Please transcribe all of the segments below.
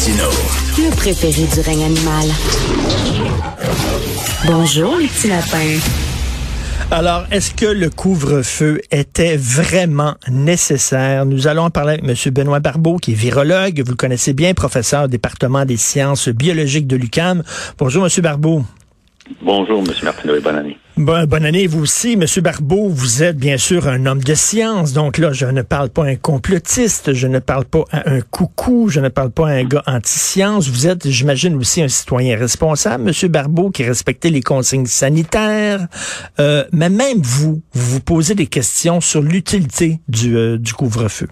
Martineau. Le préféré du règne animal. Bonjour, les petits lapins. Alors, est-ce que le couvre-feu était vraiment nécessaire? Nous allons en parler avec M. Benoît Barbeau, qui est virologue. Vous le connaissez bien, professeur au département des sciences biologiques de l'UQAM. Bonjour, M. Barbeau. Bonjour, M. Martineau, et bonne année. Bonne année, vous aussi. M. Barbeau, vous êtes bien sûr un homme de science. Donc là, je ne parle pas à un complotiste, je ne parle pas à un coucou, je ne parle pas à un gars anti-science. Vous êtes, j'imagine, aussi un citoyen responsable, M. Barbeau, qui respectait les consignes sanitaires. Mais même vous posez des questions sur l'utilité du couvre-feu.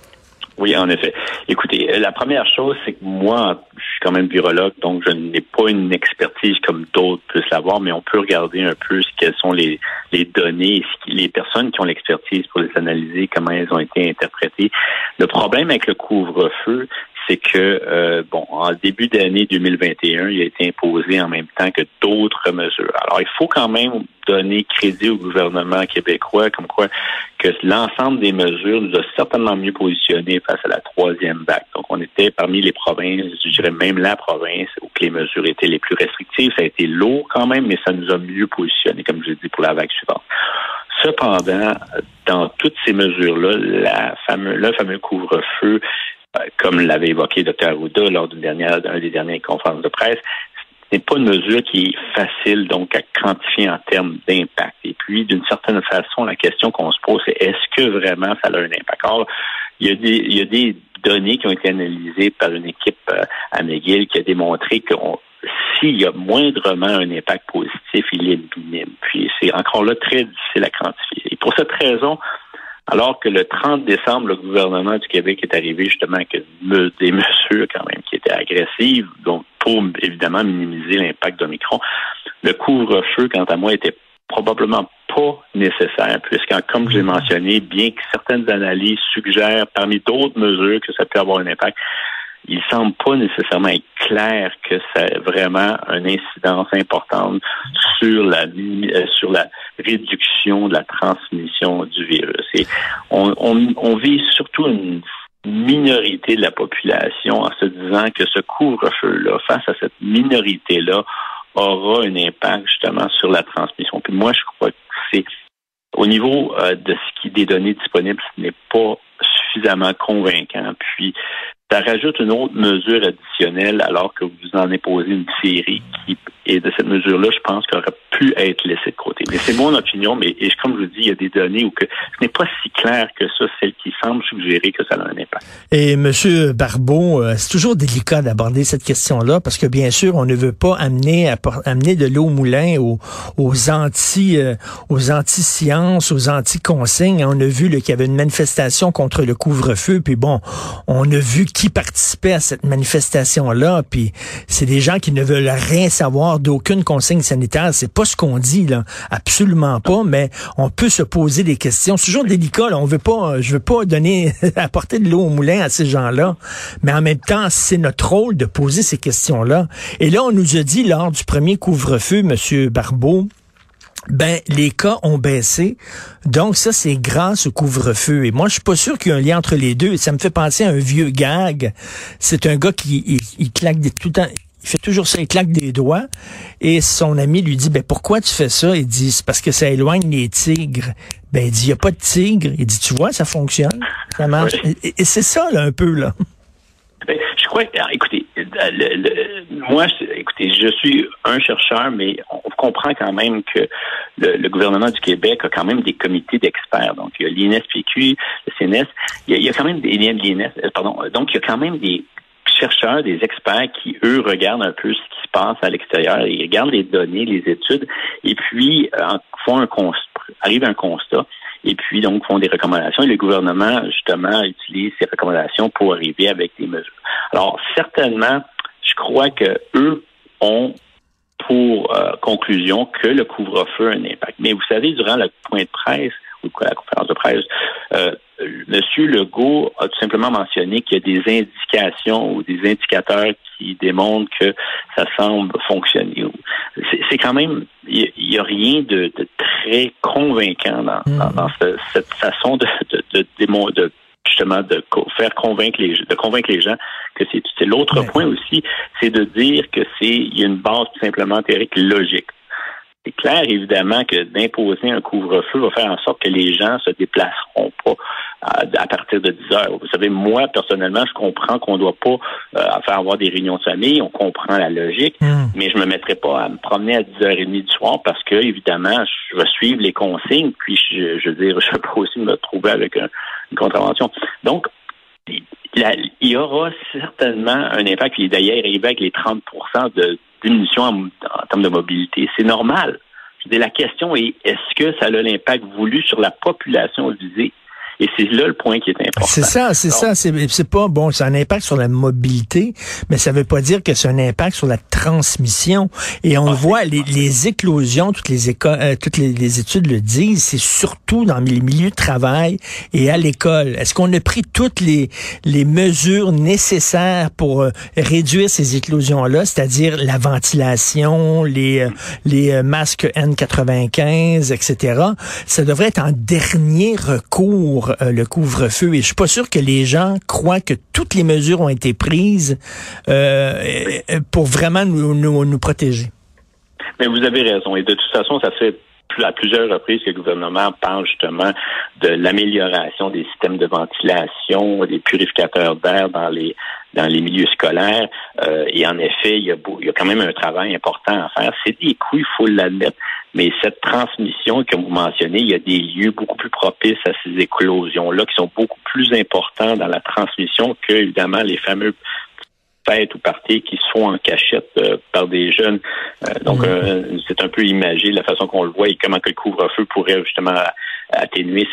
Oui, en effet. Écoutez, la première chose, c'est que moi, je suis quand même virologue, donc je n'ai pas une expertise comme d'autres peuvent l'avoir, mais on peut regarder un peu quelles sont les données, les personnes qui ont l'expertise pour les analyser, comment elles ont été interprétées. Le problème avec le couvre-feu, c'est que, en début d'année 2021, il a été imposé en même temps que d'autres mesures. Alors, il faut quand même donner crédit au gouvernement québécois, comme quoi que l'ensemble des mesures nous a certainement mieux positionnés face à la troisième vague. Donc, on était parmi les provinces, je dirais même la province où les mesures étaient les plus restrictives. Ça a été lourd quand même, mais ça nous a mieux positionnés, comme je l'ai dit, pour la vague suivante. Cependant, dans toutes ces mesures-là, le fameux couvre-feu, comme l'avait évoqué Dr. Arruda lors d'une des dernières conférences de presse, ce n'est pas une mesure qui est facile donc à quantifier en termes d'impact. Et puis, d'une certaine façon, la question qu'on se pose, c'est est-ce que vraiment ça a un impact? Or, il y a des données qui ont été analysées par une équipe à McGill qui a démontré que s'il y a moindrement un impact positif, il est minime. Puis, c'est encore là très difficile à quantifier. Et pour cette raison, alors que le 30 décembre, le gouvernement du Québec est arrivé justement avec des mesures quand même qui étaient agressives, donc pour évidemment minimiser l'impact d'Omicron, le couvre-feu, quant à moi, était probablement pas nécessaire, puisque, comme je l'ai mentionné, bien que certaines analyses suggèrent, parmi d'autres mesures, que ça peut avoir un impact, il semble pas nécessairement être clair que ça a vraiment une incidence importante sur la réduction de la transmission du virus. Et on vise surtout une minorité de la population en se disant que ce couvre-feu-là, face à cette minorité-là, aura un impact justement sur la transmission. Puis moi, je crois que c'est au niveau des données disponibles, ce n'est pas suffisamment convaincant. Puis ça rajoute une autre mesure additionnelle alors que vous en imposez une série et de cette mesure-là, je pense qu'elle aurait pu être laissée de côté. Mais c'est mon opinion, mais comme je vous dis, il y a des données où ce n'est pas si clair que ça, celle qui semble suggérer que ça a un impact. Et M. Barbeau, c'est toujours délicat d'aborder cette question-là parce que bien sûr, on ne veut pas amener de l'eau au moulin aux anti-sciences, aux anti-consignes. On a vu qu'il y avait une manifestation contre le couvre-feu, puis bon, on a vu qui participait à cette manifestation-là, puis c'est des gens qui ne veulent rien savoir d'aucune consigne sanitaire. C'est pas ce qu'on dit, là. Absolument pas, mais on peut se poser des questions. C'est toujours délicat, là. Je veux pas apporter de l'eau au moulin à ces gens-là, mais en même temps, c'est notre rôle de poser ces questions-là. Et là, on nous a dit, lors du premier couvre-feu, M. Barbeau, les cas ont baissé. Donc, ça, c'est grâce au couvre-feu. Et moi, je suis pas sûr qu'il y a un lien entre les deux. Ça me fait penser à un vieux gag. C'est un gars qui il claque tout le temps. Il fait toujours ça, il claque des doigts. Et son ami lui dit, pourquoi tu fais ça? Il dit, c'est parce que ça éloigne les tigres. Il dit, il n'y a pas de tigres. Il dit, tu vois, ça fonctionne. Ça marche. Oui. Et c'est ça, là, un peu, là. Je crois, écoutez, je suis un chercheur, mais on comprend quand même que le gouvernement du Québec a quand même des comités d'experts. Donc, il y a l'INSPQ, le CNES, il y a quand même des liens de l'INS, donc il y a quand même des chercheurs, des experts qui, eux, regardent un peu ce qui se passe à l'extérieur, ils regardent les données, les études, et puis arrivent à un constat. Et puis, donc, font des recommandations. Et le gouvernement, justement, utilise ces recommandations pour arriver avec des mesures. Alors, certainement, je crois que eux ont pour conclusion que le couvre-feu a un impact. Mais vous savez, durant le point de presse, ou la conférence de presse, M. Legault a tout simplement mentionné qu'il y a des indications ou des indicateurs qui démontrent que ça semble fonctionner. C'est quand même, il y a rien de très convaincant dans cette façon de justement de convaincre les gens que c'est utile. L'autre point aussi, c'est de dire que il y a une base tout simplement théorique logique. C'est clair, évidemment, que d'imposer un couvre-feu va faire en sorte que les gens se déplaceront pas à partir de 10 heures. Vous savez, moi, personnellement, je comprends qu'on ne doit pas faire avoir des réunions de famille, on comprend la logique, mais je me mettrai pas à me promener à 10h30 du soir parce que, évidemment, je vais suivre les consignes, puis je veux dire, je vais pas aussi me retrouver avec une contravention. Donc, il y aura certainement un impact, qui est d'ailleurs arrivé avec les 30% de diminution en termes de mobilité. C'est normal. Je veux dire, la question est, est-ce que ça a l'impact voulu sur la population visée? Et c'est là le point qui est important. C'est ça. C'est pas bon, c'est un impact sur la mobilité, mais ça veut pas dire que c'est un impact sur la transmission. Et on voit les éclosions, toutes les études le disent, c'est surtout dans les milieux de travail et à l'école. Est-ce qu'on a pris toutes les mesures nécessaires pour réduire ces éclosions-là, c'est-à-dire la ventilation, les masques N95, etc. Ça devrait être en dernier recours le couvre-feu. Et je suis pas sûr que les gens croient que toutes les mesures ont été prises pour vraiment nous protéger. Mais vous avez raison. Et de toute façon, ça fait à plusieurs reprises que le gouvernement parle justement de l'amélioration des systèmes de ventilation, des purificateurs d'air dans les milieux scolaires. Et en effet, il y a quand même un travail important à faire. C'est des coûts, il faut l'admettre. Mais cette transmission, comme vous mentionnez, il y a des lieux beaucoup plus propices à ces éclosions-là qui sont beaucoup plus importants dans la transmission que, évidemment, les fameux fêtes ou parties qui se font en cachette par des jeunes. Donc, c'est un peu imagé la façon qu'on le voit et comment que le couvre-feu pourrait justement atténuer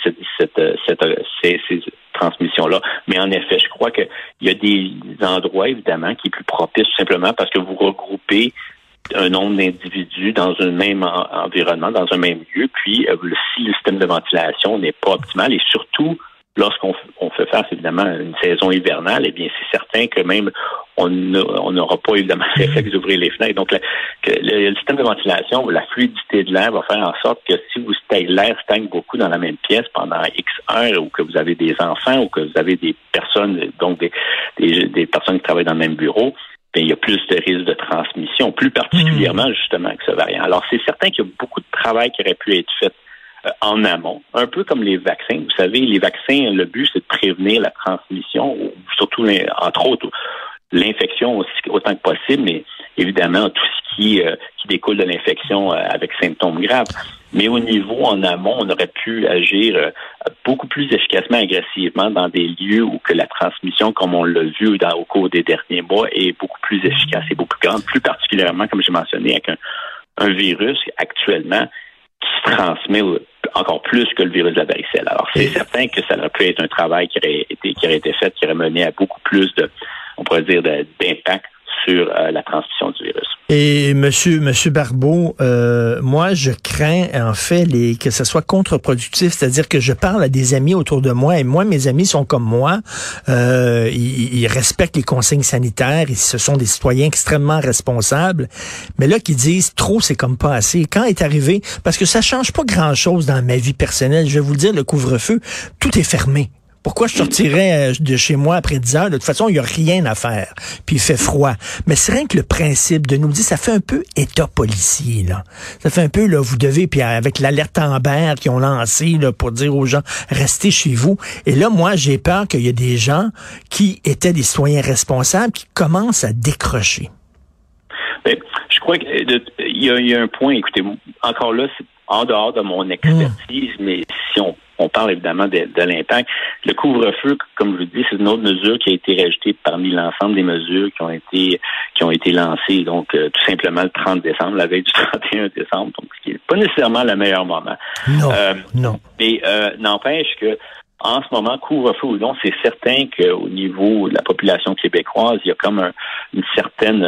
ces transmissions-là. Mais en effet, je crois qu'il y a des endroits, évidemment, qui est plus propice tout simplement parce que vous regroupez un nombre d'individus dans un même environnement, dans un même lieu, puis si le système de ventilation n'est pas optimal, et surtout lorsqu'on fait face évidemment à une saison hivernale, eh bien c'est certain que même on n'aura pas évidemment le réflexe d'ouvrir les fenêtres. Donc le système de ventilation, la fluidité de l'air va faire en sorte que si l'air stagne beaucoup dans la même pièce pendant X heures, ou que vous avez des enfants, ou que vous avez des personnes, donc des personnes qui travaillent dans le même bureau, bien, il y a plus de risques de transmission, plus particulièrement justement avec ce variant. Alors, c'est certain qu'il y a beaucoup de travail qui aurait pu être fait en amont, un peu comme les vaccins. Vous savez, les vaccins, le but, c'est de prévenir la transmission, surtout, entre autres, l'infection aussi, autant que possible, mais évidemment, tout ce qui découle de l'infection avec symptômes graves. Mais au niveau en amont, on aurait pu agir beaucoup plus efficacement, agressivement dans des lieux où que la transmission, comme on l'a vu au cours des derniers mois, est beaucoup plus efficace et beaucoup plus grande, plus particulièrement, comme j'ai mentionné, avec un virus actuellement qui se transmet encore plus que le virus de la varicelle. Alors, c'est certain que ça aurait pu être un travail qui aurait été fait, qui aurait mené à beaucoup plus d'impact sur la transmission du virus. Et Monsieur Barbeau, moi je crains en fait que ça soit contre-productif, c'est-à-dire que je parle à des amis autour de moi et moi mes amis sont comme moi, ils respectent les consignes sanitaires, ce sont des citoyens extrêmement responsables, mais là qui disent trop c'est comme pas assez. Quand est arrivé, parce que ça change pas grand-chose dans ma vie personnelle, je vais vous le dire, le couvre-feu, tout est fermé. Pourquoi je sortirais de chez moi après 10 heures? De toute façon, il n'y a rien à faire. Puis il fait froid. Mais c'est rien que le principe de nous dire, ça fait un peu État policier, là. Ça fait un peu, là, vous devez, puis avec l'alerte Amber qu'ils ont lancé, là, pour dire aux gens, restez chez vous. Et là, moi, j'ai peur qu'il y ait des gens qui étaient des citoyens responsables qui commencent à décrocher. Bien, je crois qu'il y a un point, écoutez, encore là, c'est en dehors de mon expertise, mais si on parle évidemment de l'impact. Le couvre-feu, comme je vous dis, c'est une autre mesure qui a été rajoutée parmi l'ensemble des mesures qui ont été lancées, donc tout simplement le 30 décembre, la veille du 31 décembre, donc ce qui n'est pas nécessairement le meilleur moment. Non. Mais n'empêche que en ce moment, couvre-feu ou non, c'est certain qu'au niveau de la population québécoise, il y a comme une certaine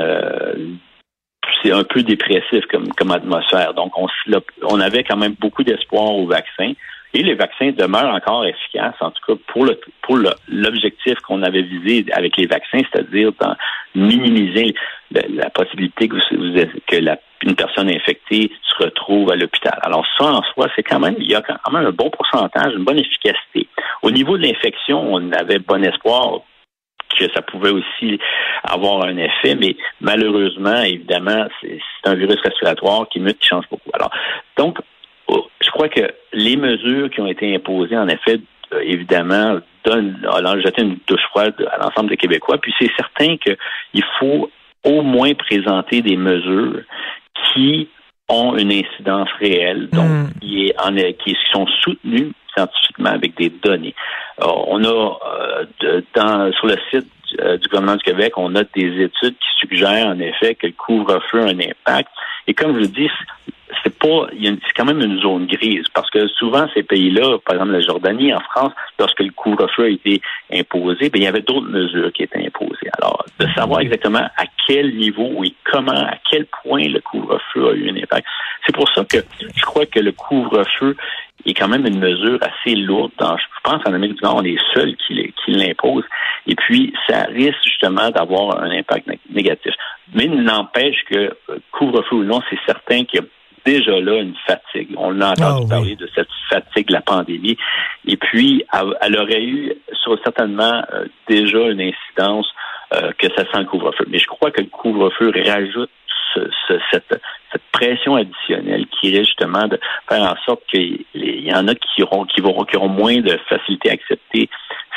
c'est un peu dépressif comme atmosphère. Donc, on avait quand même beaucoup d'espoir au vaccin. Et les vaccins demeurent encore efficaces, en tout cas pour l'objectif qu'on avait visé avec les vaccins, c'est-à-dire minimiser la possibilité une personne infectée se retrouve à l'hôpital. Alors ça, en soi, il y a quand même un bon pourcentage, une bonne efficacité. Au niveau de l'infection, on avait bon espoir que ça pouvait aussi avoir un effet, mais malheureusement, évidemment, c'est un virus respiratoire qui mute, qui change beaucoup. Alors, donc, je crois que les mesures qui ont été imposées, en effet, évidemment, jeter une douche froide à l'ensemble des Québécois. Puis c'est certain qu'il faut au moins présenter des mesures qui ont une incidence réelle, donc qui sont soutenues scientifiquement avec des données. On a sur le site du gouvernement du Québec, on a des études qui suggèrent en effet que le couvre-feu a un impact. Et comme je le dis, c'est quand même une zone grise, parce que souvent ces pays-là, par exemple la Jordanie, en France, lorsque le couvre-feu a été imposé, il y avait d'autres mesures qui étaient imposées. Alors, de savoir exactement à quel niveau et comment, à quel point le couvre-feu a eu un impact. C'est pour ça que je crois que le couvre-feu est quand même une mesure assez lourde. Je pense qu'en Amérique du Nord, on est seuls qui l'imposent. Et puis, ça risque justement d'avoir un impact négatif. Mais il n'empêche que, couvre-feu ou non, c'est certain qu'il y a déjà là une fatigue. On a entendu parler de cette fatigue de la pandémie. Et puis, elle aurait eu certainement déjà une incidence que ça sent le couvre-feu. Mais je crois que le couvre-feu rajoute cette pression additionnelle qui risque justement de faire en sorte qu'il y en a qui auront moins de facilité à accepter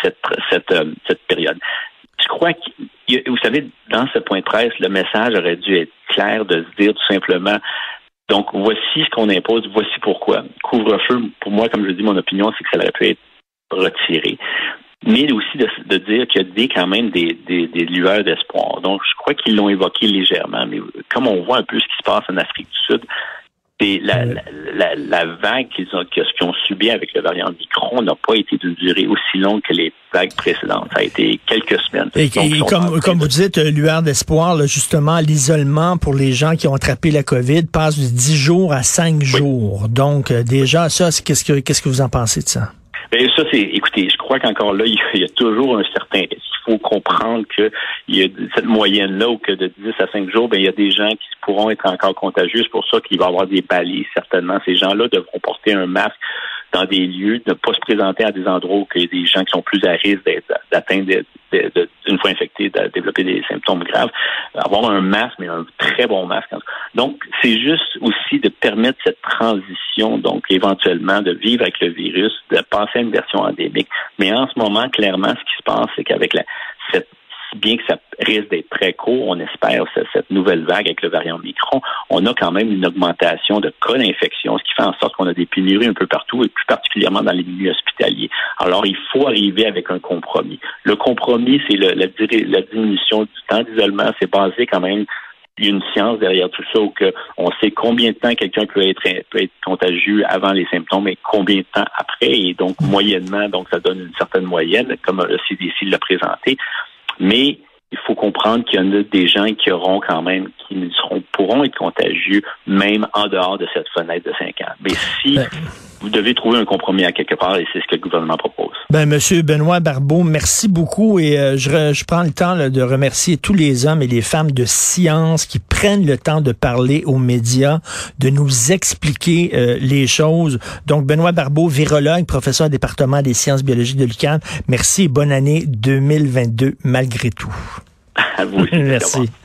cette période. Je crois que, vous savez, dans ce point de presse, le message aurait dû être clair de se dire tout simplement, donc voici ce qu'on impose, voici pourquoi. Couvre-feu, pour moi, comme je dis, mon opinion, c'est que ça aurait pu être retiré. Mais aussi de dire qu'il y a quand même des lueurs d'espoir. Donc, je crois qu'ils l'ont évoqué légèrement, mais comme on voit un peu ce qui se passe en Afrique du Sud, c'est la vague qu'ils ont subi avec le variant Omicron n'a pas été d'une durée aussi longue que les vagues précédentes. Ça a été quelques semaines. Et comme vous dites, lueur d'espoir, là, justement, l'isolement pour les gens qui ont attrapé la COVID passe de 10 jours à 5 jours. Donc, déjà, ça, qu'est-ce que vous en pensez de ça? Bien, ça, écoutez, je crois qu'encore là, il y a toujours un certain risque. Il faut comprendre que il y a cette moyenne-là, où que de 10 à 5 jours, il y a des gens qui pourront être encore contagieux. C'est pour ça qu'il va y avoir des balises, certainement. Ces gens-là devront porter un masque dans des lieux, ne pas se présenter à des endroits où il y a des gens qui sont plus à risque d'atteindre, une fois infectés, de développer des symptômes graves. Avoir un masque, mais un très bon masque. Donc, c'est juste aussi de permettre cette transition, donc éventuellement de vivre avec le virus, de passer à une version endémique. Mais en ce moment, clairement, ce qui se passe, c'est qu'avec bien que ça risque d'être très court, on espère cette nouvelle vague avec le variant Omicron, on a quand même une augmentation de cas d'infection, ce qui fait en sorte qu'on a des pénuries un peu partout, et plus particulièrement dans les milieux hospitaliers. Alors, il faut arriver avec un compromis. Le compromis, c'est la diminution du temps d'isolement. C'est basé quand même, il y a une science derrière tout ça, où on sait combien de temps quelqu'un peut être contagieux avant les symptômes et combien de temps après. Et donc, moyennement, donc ça donne une certaine moyenne, comme le CDC l'a présenté. Mais il faut comprendre qu'il y en a des gens qui pourront être contagieux même en dehors de cette fenêtre de 5 ans. Mais si vous devez trouver un compromis à quelque part, et c'est ce que le gouvernement propose. Monsieur Benoît Barbeau, merci beaucoup, et je prends le temps de remercier tous les hommes et les femmes de science qui prennent le temps de parler aux médias, de nous expliquer les choses. Donc, Benoît Barbeau, virologue, professeur au département des sciences biologiques de l'UQAM, merci et bonne année 2022 malgré tout. À vous aussi. Merci.